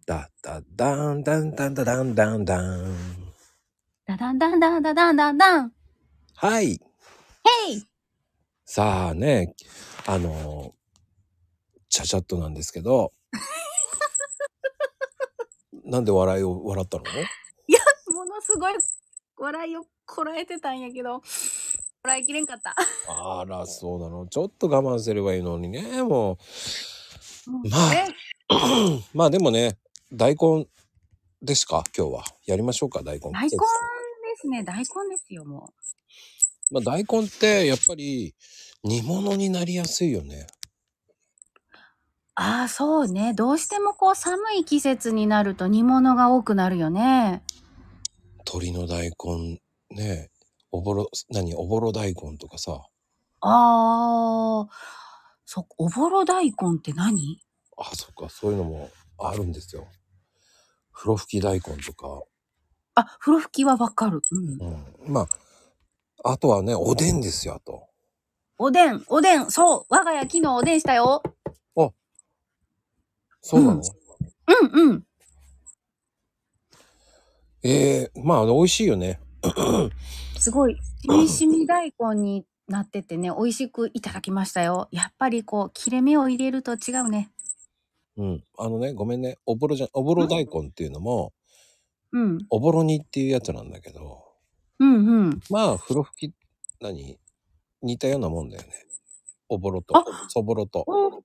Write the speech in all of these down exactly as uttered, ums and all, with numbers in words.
だだだんだんだんだだんだんだん。 ダダンダンダンダダンダンダン。 はい。 ヘイ。 さあね、あの、チャチャッとなんですけど。なんで笑いを笑ったの？ いや、ものすごい笑いをこらえてたんやけど、笑いきれんかった。 あら、そうなの。ちょっと我慢すればいいのにね、もう。 うん、 まあ、 えまあでもね、大根ですか今日は。やりましょうか、大根。 大根ですね、大根ですよ、もう。まあ大根ってやっぱり煮物になりやすいよね。 ああ、そうね。どうしてもこう寒い季節になると煮物が多くなるよね。 鶏の大根ね、おぼろ、何、おぼろ大根とかさ。 ああ、そ、おぼろ大根って何？ あ、そっか、そういうのもあるんですよ。風呂吹き大根とか。 あ、風呂吹きはわかる。うん。 うん。まあ、あとはね、おでんですよ、あと。 おでん、おでん、そう、我が家昨日おでんしたよ。 あ、そうなの？ うん、うん、うん。 ええー、まあ、美味しいよね。 すごい、しみしみ大根になっててね、美味しくいただきましたよ。やっぱりこう、切れ目を入れると違うね。 うん。あのね、ごめんね。おぼろじゃ、おぼろ大根っていうのも、 うん。 おぼろ煮っていうやつなんだけど、 うんうん。 まあ、風呂吹き、何似たようなもんだよね。おぼろと、 あ、 そぼろと。 お、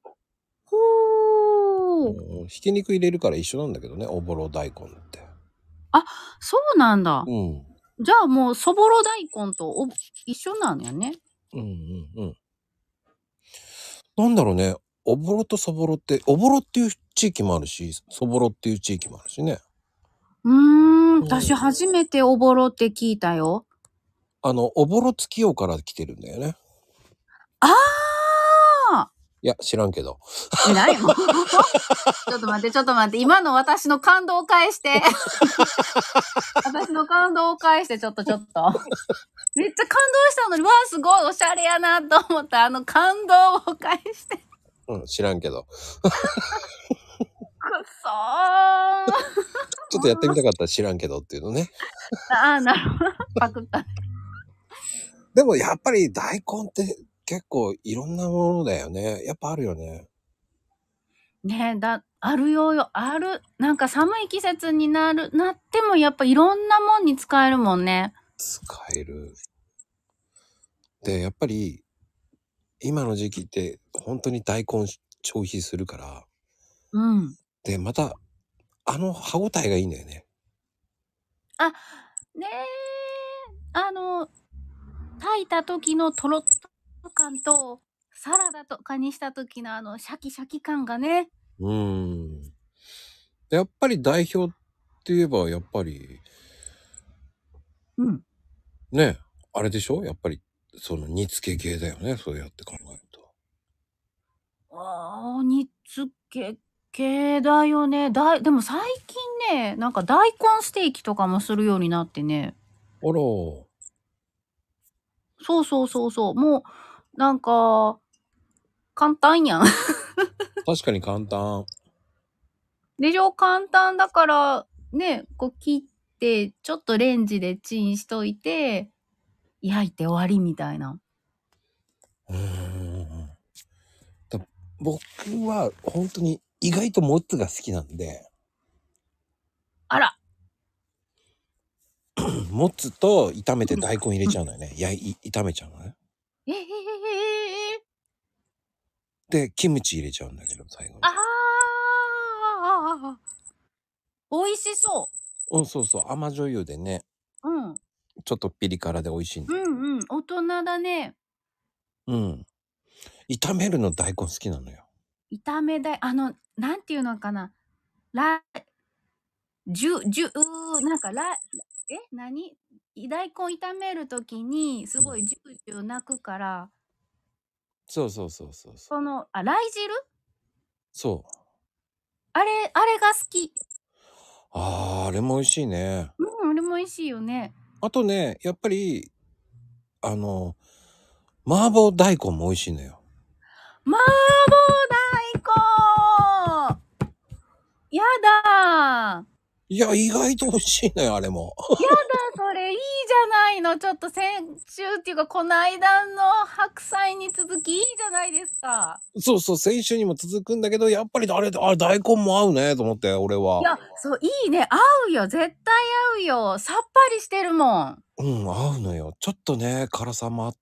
ほー。 うん、ひき肉入れるから一緒なんだけどね、おぼろ大根って。 あ、そうなんだ。 うん。 じゃあもう、そぼろ大根とお一緒なんやね。 うんうんうん。なんだろうね。おぼろとそぼろって、おぼろっていう地域もあるし、そぼろっていう地域もあるしね。 うーん、 うん。 私初めておぼろって聞いたよ。 あの、おぼろ月夜から来てるんだよね。 ああ。 いや、知らんけど。 え、なにもうちょっと待って、ちょっと待って。今の私の感動を返して。私の感動を返して、ちょっとちょっと。めっちゃ感動したのに、わあ、すごいおしゃれやなと思った。あの感動を返して。 うん、知らんけど。 くっそー。 ちょっとやってみたかったら知らんけどっていうのね。 ああ、なるほど。パクった。 でもやっぱり大根って結構いろんなものだよね。やっぱあるよね。 ねえ、だ、あるよよ、ある。なんか寒い季節になる、なってもやっぱいろんなもんに使えるもんね。 使える。で、やっぱり今の時期って本当に大根消費するから。 うん。 で、また、あの歯ごたえがいいんだよね。 あ、ねえ、あの、炊いた時のとろっと感と、サラダとかにした時のあのシャキシャキ感がね。 うーん。やっぱり代表って言えばやっぱりうん。 ね、あれでしょやっぱりその煮付け系だよね。そうやって考えると。 ああ、煮付け系だよね。だいでも最近ね、なんか大根ステーキとかもするようになってね。 あら。 そうそうそうそう。もう、なんか、簡単やん。 確かに簡単。 でしょ？簡単だから、ね、こう切って、ちょっとレンジでチンしといて、焼いて終わりみたいな。 うーん。だ僕は本当に意外ともつが好きなんで、 あら。 もつと炒めてうん。 大根入れうん。 ちゃうのよね。やい、炒めちゃうのね。 ええええええええ。 で、キムチ入れちゃうんだけど、最後に。 ああ、ああああ。美味しそう。 うん、そうそう。甘醤油でね、 うん。 ちょっとピリ辛で美味しいんだよ。 うんうん、大人だね。 うん。炒めるの大根好きなのよ。 炒めだあの、なんていうのかな、らじゅじゅうーなんか、らえ、何？い大根炒める時にすうん。 ごいジュージュー鳴くから、 そうそうそうそうそう。 その、あ、ライ汁？ そう。 あれあれが好き。 ああ、あれも美味しいね。 うん、あれも美味しいよね。 あとね、やっぱり、あの、麻婆大根も美味しいのよ。 麻婆大根！ やだー。 いや、意外と美味しいのよ、あれも。 やだ、それいいじゃないの。ちょっと先週っていうか、この間の白菜に続きいいじゃないですか。 そうそう、先週にも続くんだけど、やっぱりあれ、あ、大根も合うね、と思って、俺は。 いや、そう、いいね。合うよ。絶対合うよ。さっぱりしてるもん。 うん、合うのよ。ちょっとね、辛さもあって、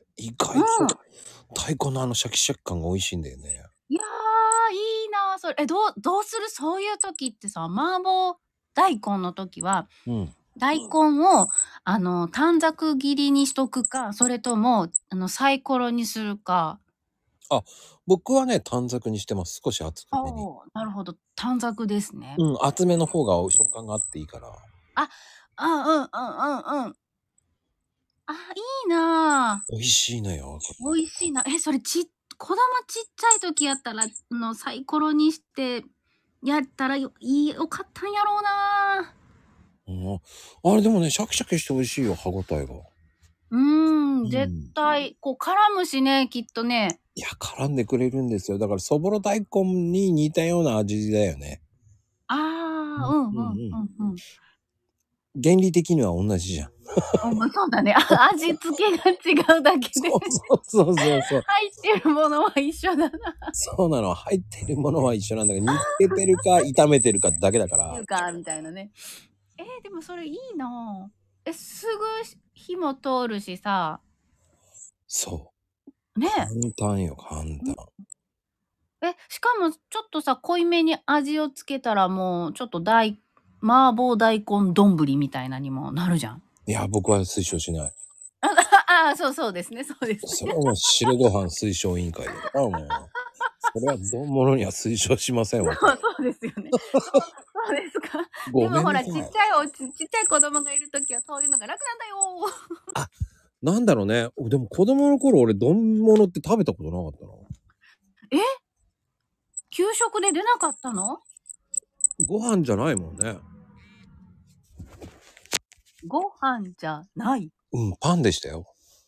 意外うん。 と大根のあのシャキシャキ感が美味しいんだよね。 いやー、いいなー、それ。え、どう、どうするそういう時ってさ、麻婆大根の時は、 うん。 大根を、あの、短冊切りにしとくか、それとも、あの、サイコロにするか。 あ、僕はね、短冊にしてます。少し厚めに。 おー、なるほど。短冊ですね。 うん、厚めの方が食感があっていいから。 あ、うんうんうんうんうん。あ、いいな美味しいのよ。 ぁ。美味しいな。え、それち、子供ちっちゃい時やったら、あの、サイコロにして、やったらよ、いい、よかったんやろうなうん、あれでもね、シャキシャキして美味しいよ、歯ごたえが。 うーん、絶うん対、こう、絡むしね、きっとね。 いや、絡んでくれるんですよ。だから、そぼろ大根に似たような味だよね。 ああ、 うんうんうんうんうん。 うんうん。 原理的には同じじゃん。 あ、ま、そうだね。あ、味付けが違うだけで。 そうそうそうそうそう。 入ってるものは一緒だな。 そうなの。入ってるものは一緒なんだけど、煮つけてるか炒めてるかだけだからっていう。か、みたいなね。えー、でもそれいいなぁ。え、すぐし火も通るしさ。 そう。 ね簡単よ、簡単。 え。え、しかもちょっとさ、濃いめに味をつけたらもう、ちょっと大、麻婆大根丼みたいなにもなるじゃん。 いや、僕は推奨しない。 ああ、そうそうですね、そうですね。 それはもう白ご飯推奨委員会だから、もう。それは丼物には推奨しませんわ。 そう、そうですよね。そう、そうですか。でもほら、 ごめんなさい。 ちっちゃいおち、ちっちゃい子供がいるときはそういうのが楽なんだよ。 あ、なんだろうね。でも子供の頃俺丼物って食べたことなかったな。 え、給食で出なかったの？ ご飯じゃないもんね。 ご飯じゃない。 うん、パンでしたよ。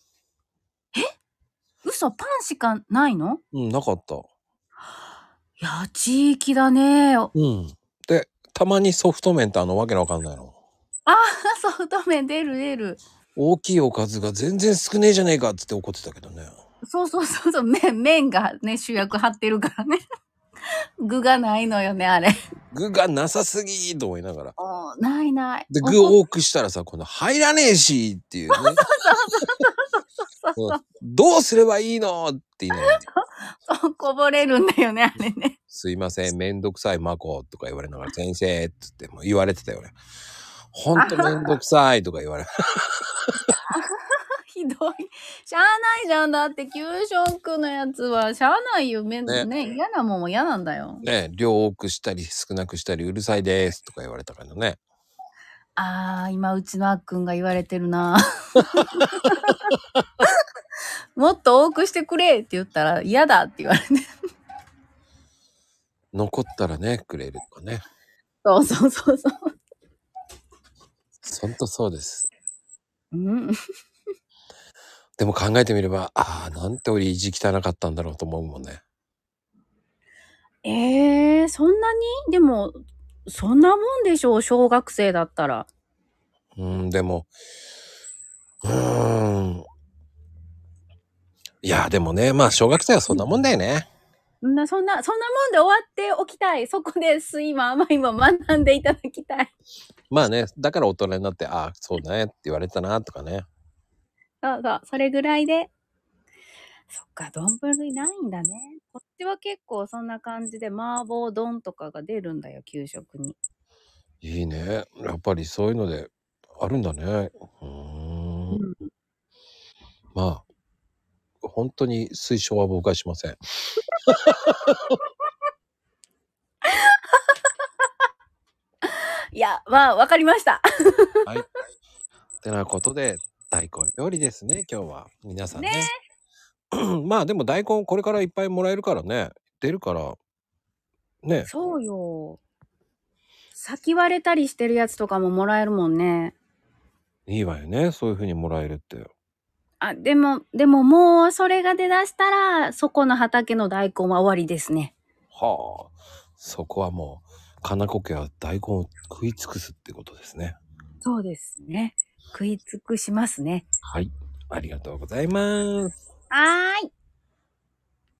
嘘、パンしかないの？ うん、なかった。 いや、地域だね。あうん。で、たまにソフト麺ってあのわけのわかんないの。 あ、ソフト麺出る出る。 大きいおかずが全然少ねえじゃねえかっつって怒ってたけどね。 そうそうそうそう、麺、麺がね、主役張ってるからね。具がないのよね、あれ。 具がなさすぎーと思いながら。 おないない。 で、具怒っ多くしたらさ、今度入らねえしっていうね。 そうそうそううんどうすればいいのって言いながら。 そう、こぼれるんだよね、あれね。 すいません、めんどくさいマコとか言われながら、先生っつっても言われてたよね。ほんとめんどくさいとか言われ。 ひどい。しゃあないじゃん。だって給食のやつは、しゃあないよ。めんね。 ね、嫌なもんも嫌なんだよ。 ね、量多くしたり少なくしたりうるさいですとか言われたからね。 あー、今うちのあっくんが言われてるな。もっと多くしてくれって言ったら嫌だって言われて。 残ったらね、くれるとかね。 そうそうそうそう。 ほんとそうです。 うん。 でも考えてみれば、ああ、なんて俺意地汚かったんだろうと思うもんね。 えー、そんなにでも、そんなもんでしょう、小学生だったら。 うん、でも、うーん。いや、でもね、まあ小学生はそんなもんだよね。 そんな、そんな、そんなもんで終わっておきたい。そこです今、甘いも学んでいただきたい。 まあね、だから大人になって、ああ、そうねって言われたなとかね。 そうそう、それぐらいで。そっか、丼ないんだね。こっちは結構そんな感じで麻婆丼とかが出るんだよ、給食に。 いいね。やっぱりそういうのであるんだね。うーん。 うん。 まあ、本当に推奨は僕はしません。 いや、まあ、わかりました。 はい。てなことで、大根料理ですね、今日は。皆さんね。 ねまあでも大根これからいっぱいもらえるからね。出るからね。 そうよ。先割れたりしてるやつとかももらえるもんね。 いいわよね。そういう風にもらえるって。 あ、でも、でももうそれが出だしたら、そこの畑の大根は終わりですね。 はあ。そこはもかなこ家は大根を食い尽くすってことですね。 そうですね。食い尽くしますね。 はい。ありがとうございます。 はーい。